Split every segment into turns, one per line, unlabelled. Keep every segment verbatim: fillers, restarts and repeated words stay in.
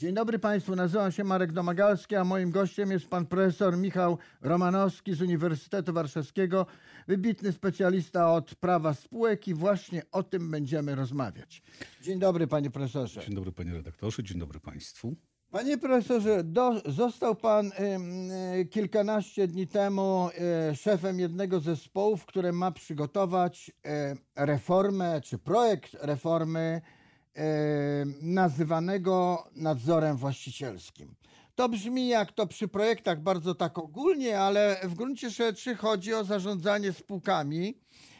Dzień dobry Państwu, nazywam się Marek Domagalski, a moim gościem jest pan profesor Michał Romanowski z Uniwersytetu Warszawskiego, wybitny specjalista od prawa spółek i właśnie o tym będziemy rozmawiać. Dzień dobry panie profesorze.
Dzień dobry panie redaktorze, dzień dobry Państwu.
Panie profesorze, do, został pan y, y, kilkanaście dni temu y, szefem jednego z zespołów, który ma przygotować y, reformę, czy projekt reformy nazywanego nadzorem właścicielskim. To brzmi jak to przy projektach bardzo tak ogólnie, ale w gruncie rzeczy chodzi o zarządzanie spółkami,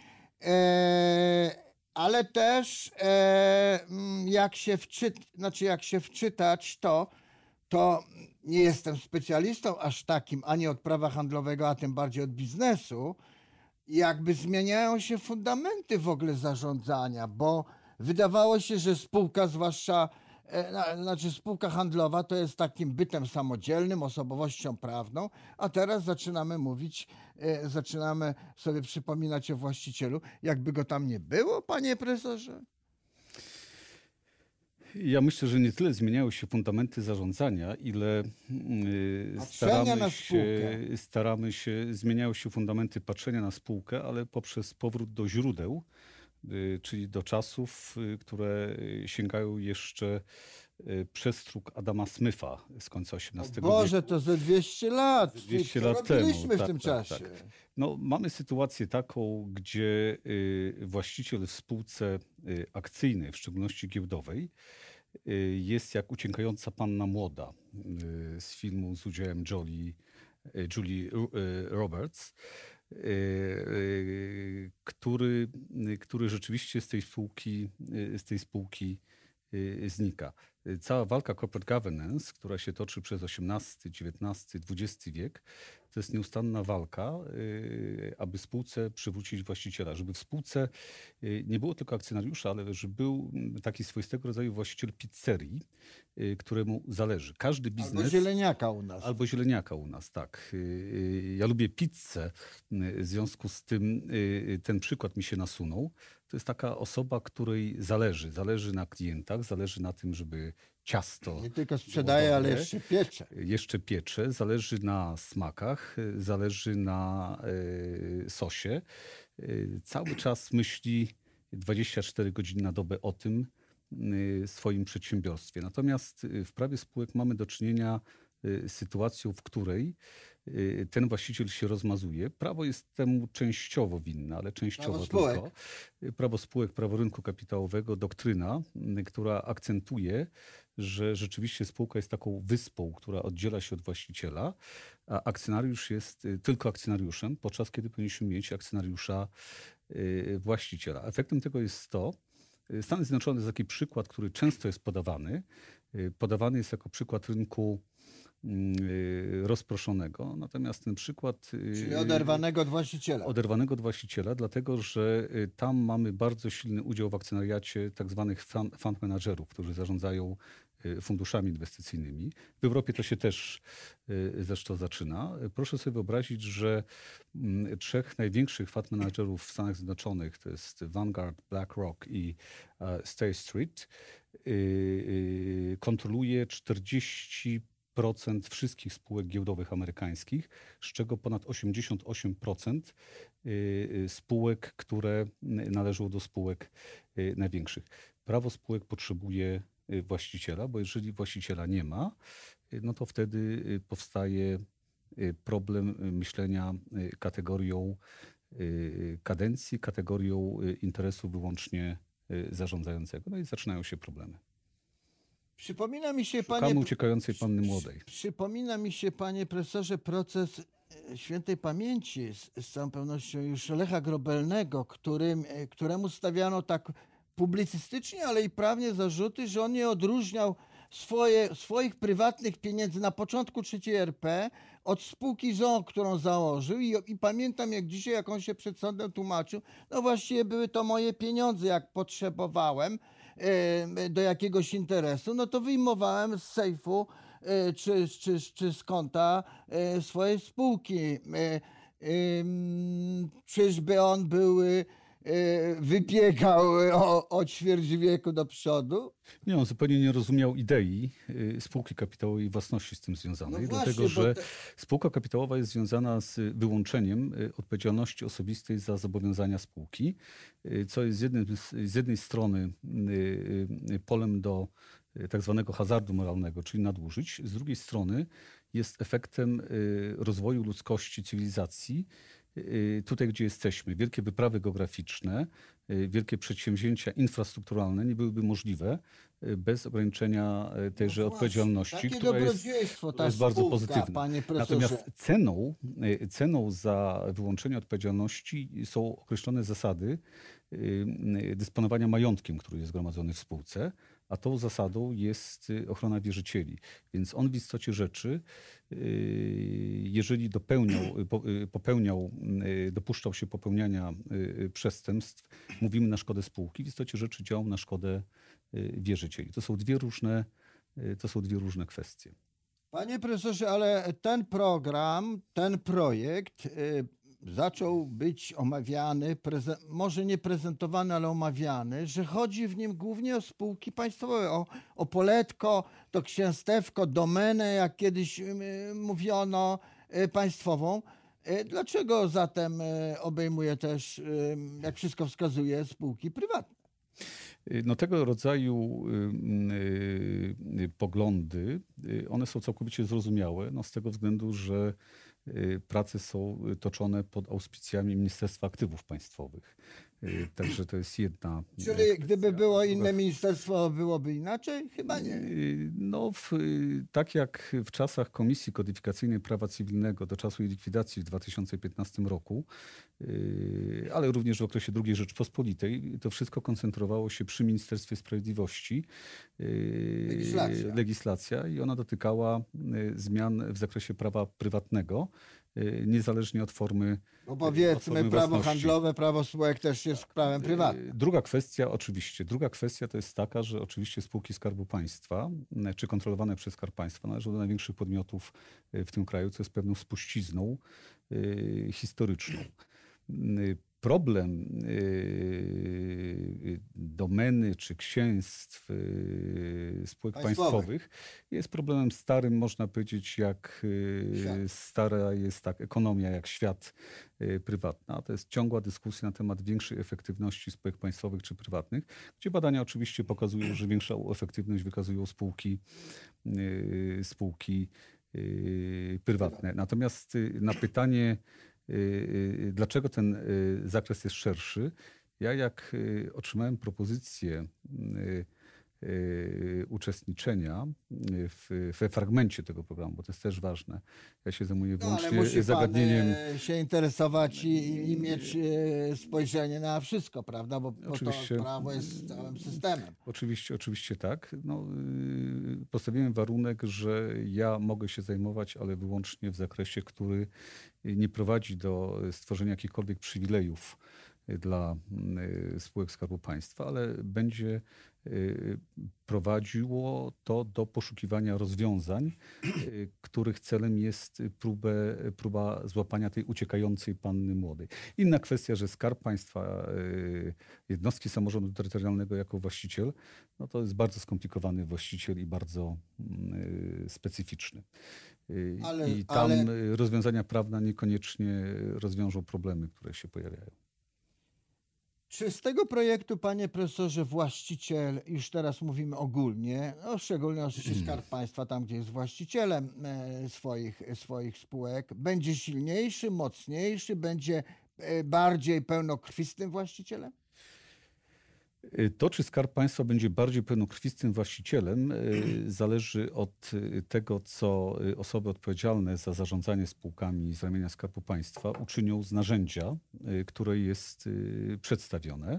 ale też jak się wczyt, znaczy jak się wczytać, to, to nie jestem specjalistą aż takim ani od prawa handlowego, a tym bardziej od biznesu, jakby zmieniają się fundamenty w ogóle zarządzania, bo wydawało się, że spółka, zwłaszcza e, znaczy spółka handlowa, to jest takim bytem samodzielnym, osobowością prawną, a teraz zaczynamy mówić, e, zaczynamy sobie przypominać o właścicielu, jakby go tam nie było, panie profesorze?
Ja myślę, że nie tyle zmieniały się fundamenty zarządzania, ile yy, staramy się, staramy się, zmieniały się fundamenty patrzenia na spółkę, ale poprzez powrót do źródeł, czyli do czasów, które sięgają jeszcze przestróg Adama Smitha z końca osiemnastego wieku.
Boże, to ze dwieście lat.
dwieście
Co
lat temu.
w
tak,
tym
tak,
czasie?
Tak. No, mamy sytuację taką, gdzie właściciel w spółce akcyjnej, w szczególności giełdowej, jest jak uciekająca panna młoda z filmu z udziałem Jolie, Julie Roberts, który, który rzeczywiście z tej spółki, z tej spółki znika. Cała walka corporate governance, która się toczy przez osiemnasty, dziewiętnasty, dwudziesty wiek, to jest nieustanna walka, aby spółce przywrócić właściciela. Żeby w spółce nie było tylko akcjonariusza, ale żeby był taki swoistego rodzaju właściciel pizzerii, któremu zależy. Każdy biznes...
Albo zieleniaka u nas.
Albo zieleniaka u nas, tak. Ja lubię pizzę, w związku z tym ten przykład mi się nasunął. To jest taka osoba, której zależy. Zależy na klientach, zależy na tym, żeby ciasto...
Nie tylko sprzedaje, ale jeszcze piecze.
Jeszcze piecze. Zależy na smakach, zależy na y, sosie. Y, cały czas myśli dwadzieścia cztery godziny na dobę o tym y, swoim przedsiębiorstwie. Natomiast w prawie spółek mamy do czynienia sytuacją, w której ten właściciel się rozmazuje. Prawo jest temu częściowo winne, ale częściowo
prawo
tylko. Spółek. Prawo spółek, prawo rynku kapitałowego, doktryna, która akcentuje, że rzeczywiście spółka jest taką wyspą, która oddziela się od właściciela, a akcjonariusz jest tylko akcjonariuszem, podczas kiedy powinniśmy mieć akcjonariusza właściciela. Efektem tego jest to, Stany Zjednoczone to jest taki przykład, który często jest podawany. Podawany jest jako przykład rynku rozproszonego. Natomiast ten przykład...
Czyli oderwanego od właściciela.
Oderwanego od właściciela, dlatego że tam mamy bardzo silny udział w akcjonariacie tak zwanych fund, fund managerów, którzy zarządzają funduszami inwestycyjnymi. W Europie to się też zresztą zaczyna. Proszę sobie wyobrazić, że trzech największych fund managerów w Stanach Zjednoczonych, to jest Vanguard, BlackRock i State Street, kontroluje czterdzieści procent wszystkich spółek giełdowych amerykańskich, z czego ponad osiemdziesiąt osiem procent spółek, które należą do spółek największych. Prawo spółek potrzebuje właściciela, bo jeżeli właściciela nie ma, no to wtedy powstaje problem myślenia kategorią kadencji, kategorią interesu wyłącznie zarządzającego. No i zaczynają się problemy.
Przypomina mi się,
Szukamy
panie,
uciekającej panny młodej.
Przypomina mi się, panie profesorze, proces świętej pamięci, z, z całą pewnością już Lecha Grobelnego, którym, któremu stawiano tak publicystycznie, ale i prawnie zarzuty, że on nie odróżniał swoje, swoich prywatnych pieniędzy na początku trzeciej R P od spółki z o o, którą założył i, i pamiętam jak dzisiaj, jak on się przed sądem tłumaczył, no właściwie były to moje pieniądze, jak potrzebowałem e, do jakiegoś interesu, no to wyjmowałem z sejfu e, czy, czy, czy z konta e, swojej spółki. E, e, czyżby on był wybiegał o, o ćwierć wieku do przodu?
Nie, on zupełnie nie rozumiał idei spółki kapitałowej i własności z tym związanej, no właśnie, dlatego że te... spółka kapitałowa jest związana z wyłączeniem odpowiedzialności osobistej za zobowiązania spółki, co jest z, jednym, z jednej strony polem do tak zwanego hazardu moralnego, czyli nadużyć, z drugiej strony jest efektem rozwoju ludzkości, cywilizacji, tutaj, gdzie jesteśmy. Wielkie wyprawy geograficzne, wielkie przedsięwzięcia infrastrukturalne nie byłyby możliwe bez ograniczenia tejże no odpowiedzialności, która jest, która jest bardzo pozytywna. Natomiast ceną, ceną za wyłączenie odpowiedzialności są określone zasady dysponowania majątkiem, który jest zgromadzony w spółce, a tą zasadą jest ochrona wierzycieli. Więc on w istocie rzeczy, jeżeli dopełniał, popełniał, dopuszczał się popełniania przestępstw, mówimy na szkodę spółki, w istocie rzeczy działał na szkodę wierzycieli. To są dwie różne, to są dwie różne kwestie.
Panie profesorze, ale ten program, ten projekt zaczął być omawiany, może nie prezentowany, ale omawiany, że chodzi w nim głównie o spółki państwowe, o, o Poletko, to Księstewko, Domenę, jak kiedyś mówiono, państwową. Dlaczego zatem obejmuje też, jak wszystko wskazuje, spółki prywatne?
No tego rodzaju y, y, poglądy, y, one są całkowicie zrozumiałe, no z tego względu, że prace są toczone pod auspicjami Ministerstwa Aktywów Państwowych. Także to jest jedna...
Czyli kwestia. Gdyby było inne ministerstwo, byłoby inaczej? Chyba nie.
No, w, tak jak w czasach Komisji Kodyfikacyjnej Prawa Cywilnego do czasu jej likwidacji w dwa tysiące piętnastym roku, ale również w okresie drugiej Rzeczpospolitej, to wszystko koncentrowało się przy Ministerstwie Sprawiedliwości.
Legislacja.
Legislacja i ona dotykała zmian w zakresie prawa prywatnego, niezależnie od formy.
Bo powiedzmy, od formy prawo własności. Handlowe, prawo spółek też jest prawem prywatnym.
Druga kwestia, oczywiście, druga kwestia to jest taka, że oczywiście spółki Skarbu Państwa, czy kontrolowane przez Skarb Państwa, należą do największych podmiotów w tym kraju, co jest pewną spuścizną y, historyczną. Problem y, domeny czy księstw y, spółek państwowych. państwowych jest problemem starym, można powiedzieć, jak y, stara jest tak ekonomia, jak świat y, prywatny. To jest ciągła dyskusja na temat większej efektywności spółek państwowych czy prywatnych, gdzie badania oczywiście pokazują, że większą efektywność wykazują spółki, y, spółki y, prywatne. Natomiast y, na pytanie, dlaczego ten zakres jest szerszy? Ja jak otrzymałem propozycję uczestniczenia w, we fragmencie tego programu, bo to jest też ważne. Ja się zajmuję wyłącznie no, ale musi
zagadnieniem... Pan się interesować i, i mieć spojrzenie na wszystko, prawda? Bo, bo to prawo jest całym systemem.
Oczywiście, oczywiście tak. No, postawiłem warunek, że ja mogę się zajmować, ale wyłącznie w zakresie, który nie prowadzi do stworzenia jakichkolwiek przywilejów dla spółek Skarbu Państwa, ale będzie prowadziło to do poszukiwania rozwiązań, których celem jest próbę, próba złapania tej uciekającej panny młodej. Inna kwestia, że Skarb Państwa, jednostki samorządu terytorialnego jako właściciel, no to jest bardzo skomplikowany właściciel i bardzo specyficzny. Ale, I tam ale... rozwiązania prawne niekoniecznie rozwiążą problemy, które się pojawiają.
Czy z tego projektu, panie profesorze, właściciel, już teraz mówimy ogólnie, no szczególnie oczywiście Skarb Państwa, tam gdzie jest właścicielem e, swoich, swoich spółek, będzie silniejszy, mocniejszy, będzie e, bardziej pełnokrwistym właścicielem?
To, czy Skarb Państwa będzie bardziej pełnokrwistym właścicielem, zależy od tego, co osoby odpowiedzialne za zarządzanie spółkami z ramienia Skarbu Państwa uczynią z narzędzia, które jest przedstawione.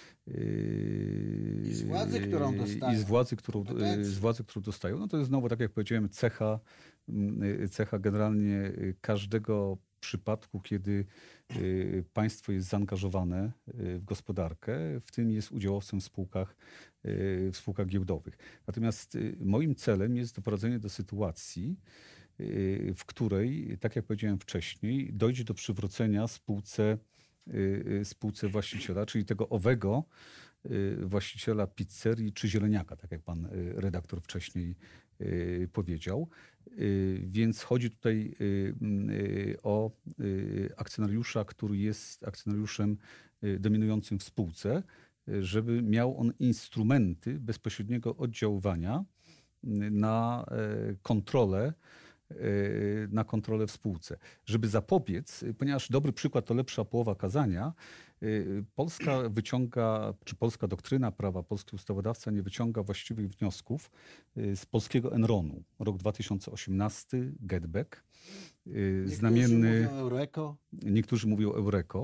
I z władzy, którą dostają.
I z władzy, którą, z władzy, którą dostają. No to jest znowu, tak jak powiedziałem, cecha, cecha generalnie każdego przypadku, kiedy państwo jest zaangażowane w gospodarkę, w tym jest udziałowcem w spółkach, w spółkach giełdowych. Natomiast moim celem jest doprowadzenie do sytuacji, w której, tak jak powiedziałem wcześniej, dojdzie do przywrócenia spółce spółce właściciela, czyli tego owego właściciela pizzerii czy zieleniaka, tak jak pan redaktor wcześniej powiedział. Więc chodzi tutaj o akcjonariusza, który jest akcjonariuszem dominującym w spółce, żeby miał on instrumenty bezpośredniego oddziaływania na kontrolę, na kontrolę w spółce. Żeby zapobiec, ponieważ dobry przykład to lepsza połowa kazania, Polska wyciąga, czy polska doktryna prawa, polski ustawodawca nie wyciąga właściwych wniosków z polskiego Enronu. Rok dwa tysiące osiemnasty, Getback.
Niektórzy
Znamienny,
mówią Eureko.
Niektórzy mówią Eureko.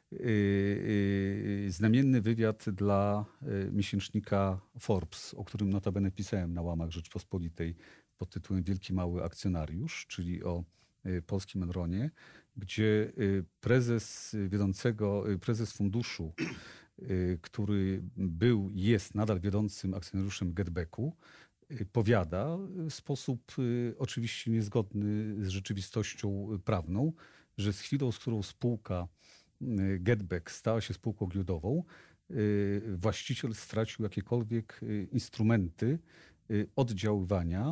Znamienny wywiad dla miesięcznika Forbes, o którym notabene pisałem na łamach Rzeczpospolitej pod tytułem Wielki Mały Akcjonariusz, czyli o polskim Enronie, gdzie prezes wiodącego, prezes funduszu, który był i jest nadal wiodącym akcjonariuszem Getbacku, powiada w sposób oczywiście niezgodny z rzeczywistością prawną, że z chwilą, z którą spółka Getback stała się spółką giełdową, właściciel stracił jakiekolwiek instrumenty oddziaływania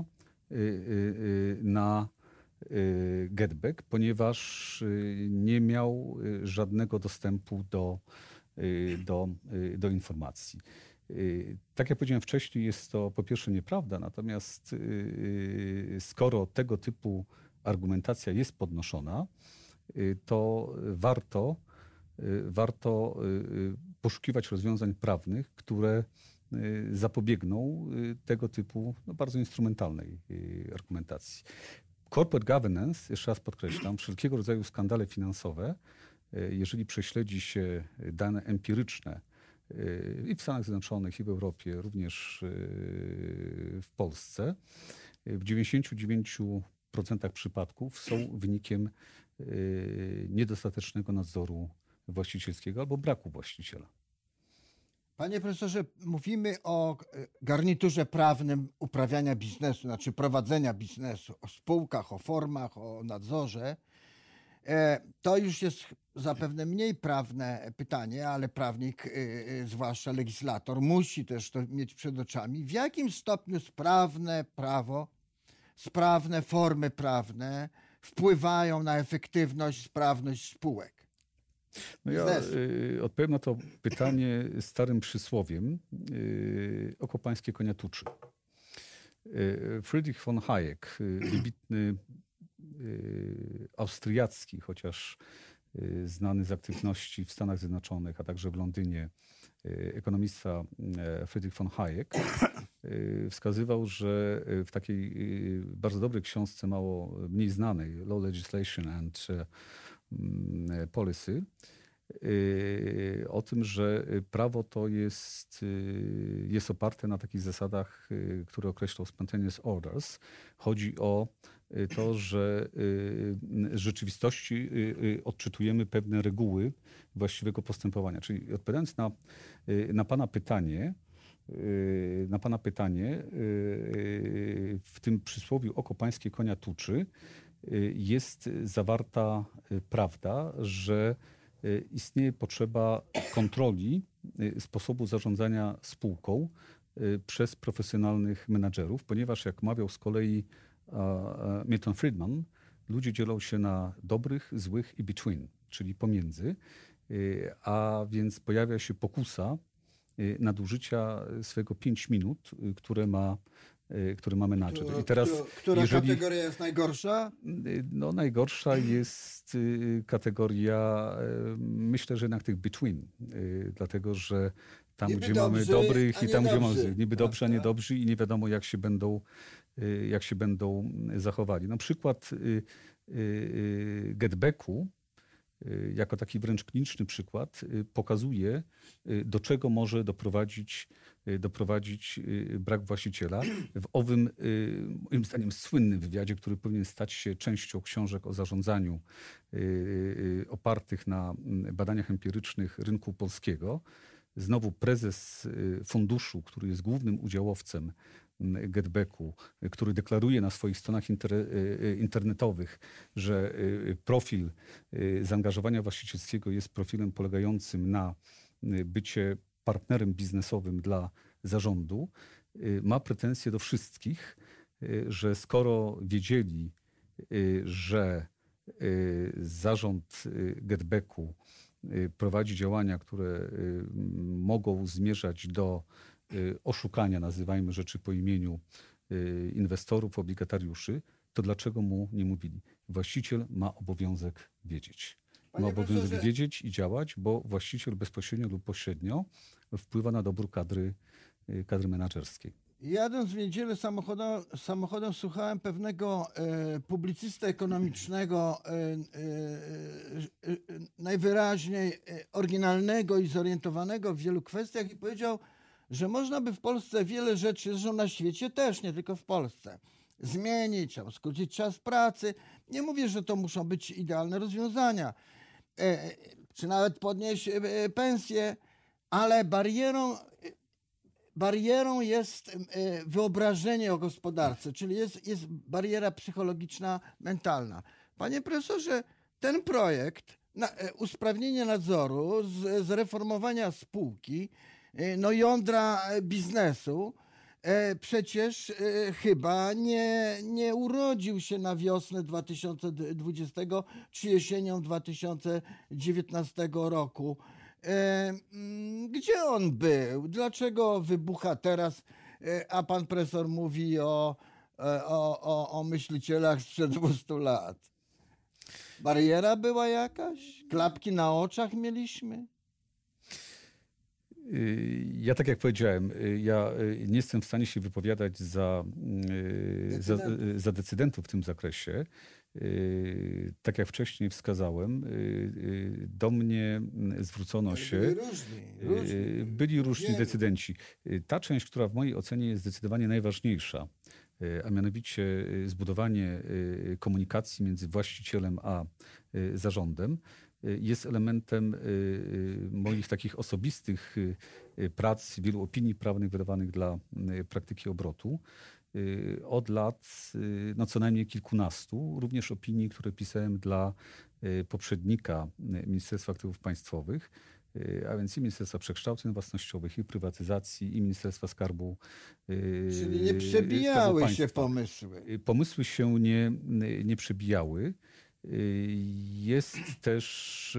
na Getback, ponieważ nie miał żadnego dostępu do, do, do informacji. Tak jak powiedziałem wcześniej, jest to po pierwsze nieprawda, natomiast skoro tego typu argumentacja jest podnoszona, to warto, warto poszukiwać rozwiązań prawnych, które zapobiegną tego typu no, bardzo instrumentalnej argumentacji. Corporate governance, jeszcze raz podkreślam, wszelkiego rodzaju skandale finansowe, jeżeli prześledzi się dane empiryczne i w Stanach Zjednoczonych, i w Europie, również w Polsce, w dziewięćdziesięciu dziewięciu procentach przypadków są wynikiem niedostatecznego nadzoru właścicielskiego albo braku właściciela.
Panie profesorze, mówimy o garniturze prawnym uprawiania biznesu, znaczy prowadzenia biznesu, o spółkach, o formach, o nadzorze. To już jest zapewne mniej prawne pytanie, ale prawnik, zwłaszcza legislator, musi też to mieć przed oczami. W jakim stopniu sprawne prawo, sprawne formy prawne wpływają na efektywność, sprawność spółek?
No ja y, odpowiem na to pytanie starym przysłowiem y, oko pańskie konia tuczy. Y, Friedrich von Hayek, y, wybitny y, austriacki, chociaż y, znany z aktywności w Stanach Zjednoczonych, a także w Londynie, y, ekonomista y, Friedrich von Hayek, y, wskazywał, że w takiej y, bardzo dobrej książce, mało mniej znanej, Law, Legislation and y, Policy, o tym, że prawo to jest, jest oparte na takich zasadach, które określał Spontaneous Orders. Chodzi o to, że z rzeczywistości odczytujemy pewne reguły właściwego postępowania. Czyli odpowiadając na, na pana pytanie, na pana pytanie, w tym przysłowiu oko pańskie konia tuczy, jest zawarta prawda, że istnieje potrzeba kontroli sposobu zarządzania spółką przez profesjonalnych menadżerów, ponieważ jak mawiał z kolei Milton Friedman, ludzie dzielą się na dobrych, złych i between, czyli pomiędzy, a więc pojawia się pokusa nadużycia swojego pięć minut, które ma który ma menadżer.
I teraz, która jeżeli, kategoria jest najgorsza?
No, najgorsza jest kategoria, myślę, że jednak tych between, dlatego że tam, niby gdzie dobrzy, mamy dobrych i tam, gdzie mamy niby dobrzy, a nie dobrzy i nie wiadomo, jak się będą, jak się będą zachowali. Na przykład Getbacku, jako taki wręcz kliniczny przykład, pokazuje, do czego może doprowadzić, doprowadzić brak właściciela. W owym, moim zdaniem, słynnym wywiadzie, który powinien stać się częścią książek o zarządzaniu opartych na badaniach empirycznych rynku polskiego, znowu prezes funduszu, który jest głównym udziałowcem GetBacku, który deklaruje na swoich stronach inter, internetowych, że profil zaangażowania właścicielskiego jest profilem polegającym na bycie partnerem biznesowym dla zarządu, ma pretensje do wszystkich, że skoro wiedzieli, że zarząd GetBacku prowadzi działania, które mogą zmierzać do oszukania, nazywajmy rzeczy po imieniu, inwestorów, obligatariuszy, to dlaczego mu nie mówili? Właściciel ma obowiązek wiedzieć. Ma
Panie
obowiązek
profesorze,
wiedzieć i działać, bo właściciel bezpośrednio lub pośrednio wpływa na dobór kadry, kadry menedżerskiej.
jadąc w niedzielę samochodem, samochodem słuchałem pewnego e, publicysty ekonomicznego, e, e, e, najwyraźniej e, oryginalnego i zorientowanego w wielu kwestiach i powiedział, że można by w Polsce wiele rzeczy, zresztą na świecie też, nie tylko w Polsce, zmienić, albo skrócić czas pracy. Nie mówię, że to muszą być idealne rozwiązania, e, czy nawet podnieść e, pensję, ale barierą Barierą jest wyobrażenie o gospodarce, czyli jest, jest bariera psychologiczna, mentalna. Panie profesorze, ten projekt, na, usprawnienie nadzoru, z, zreformowania spółki, no jądra biznesu, przecież chyba nie, nie urodził się na wiosnę dwa tysiące dwudziestego czy jesienią dwa tysiące dziewiętnastego roku. Gdzie on był? Dlaczego wybucha teraz, a pan profesor mówi o, o, o, o myślicielach sprzed dwustu lat? Bariera była jakaś? Klapki na oczach mieliśmy?
Ja tak jak powiedziałem, ja nie jestem w stanie się wypowiadać za, za, za decydentów w tym zakresie. Tak jak wcześniej wskazałem, do mnie zwrócono się.
Byli różni, różni.
Byli różni
Wielu.
decydenci. Ta część, która w mojej ocenie jest zdecydowanie najważniejsza, a mianowicie zbudowanie komunikacji między właścicielem a zarządem, jest elementem moich takich osobistych prac, wielu opinii prawnych wydawanych dla praktyki obrotu. Od lat, no co najmniej kilkunastu, również opinii, które pisałem dla poprzednika Ministerstwa Aktywów Państwowych, a więc i Ministerstwa Przekształceń Własnościowych, i Prywatyzacji, i Ministerstwa Skarbu
Czyli nie przebijały
Skarbu
się
Państwa.
pomysły.
Pomysły się nie, nie przebijały. Jest też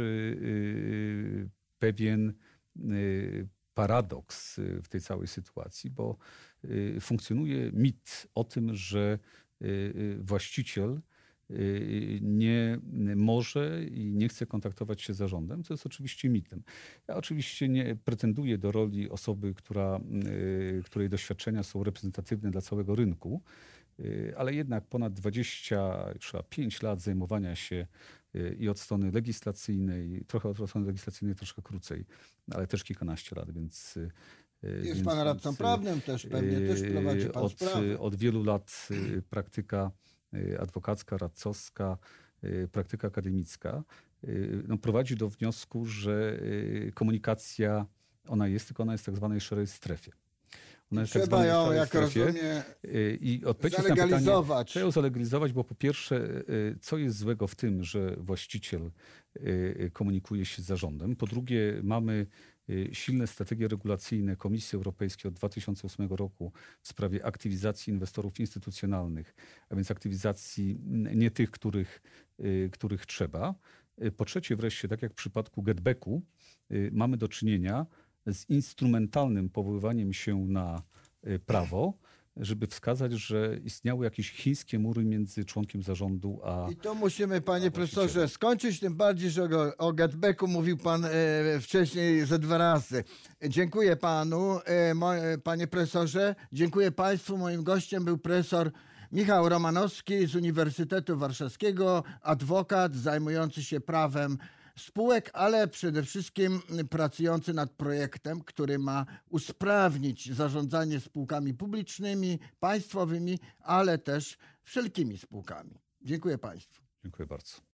pewien paradoks w tej całej sytuacji, bo funkcjonuje mit o tym, że właściciel nie może i nie chce kontaktować się z zarządem, co jest oczywiście mitem. Ja oczywiście nie pretenduję do roli osoby, która, której doświadczenia są reprezentatywne dla całego rynku, ale jednak ponad dwadzieścia pięć lat zajmowania się i od strony legislacyjnej, trochę od strony legislacyjnej troszkę krócej, ale też kilkanaście lat, więc...
Jest
więc,
pan radcą
więc,
prawnym też, pewnie też prowadzi pan
od,
sprawy.
od wielu lat praktyka adwokacka, radcowska, praktyka akademicka no, prowadzi do wniosku, że komunikacja, ona jest, tylko ona jest w tak zwanej szarej strefie. Ona jest w tak
Trzeba
zwanej
ją,
szarej
jak
strefie.
rozumiem,
I odpowiedź jest na pytanie,
zalegalizować.
trzeba ją zalegalizować, bo po pierwsze, co jest złego w tym, że właściciel komunikuje się z zarządem. Po drugie, mamy silne strategie regulacyjne Komisji Europejskiej od dwa tysiące ósmego roku w sprawie aktywizacji inwestorów instytucjonalnych, a więc aktywizacji nie tych, których, których trzeba. Po trzecie wreszcie, tak jak w przypadku GetBacku, mamy do czynienia z instrumentalnym powoływaniem się na prawo, żeby wskazać, że istniały jakieś chińskie mury między członkiem zarządu a...
I to musimy, panie profesorze, skończyć, tym bardziej, że o, o GetBacku mówił pan e, wcześniej ze dwa razy. Dziękuję panu, e, mo, panie profesorze, dziękuję państwu. Moim gościem był profesor Michał Romanowski z Uniwersytetu Warszawskiego, adwokat zajmujący się prawem spółek, ale przede wszystkim pracujący nad projektem, który ma usprawnić zarządzanie spółkami publicznymi, państwowymi, ale też wszelkimi spółkami. Dziękuję państwu.
Dziękuję bardzo.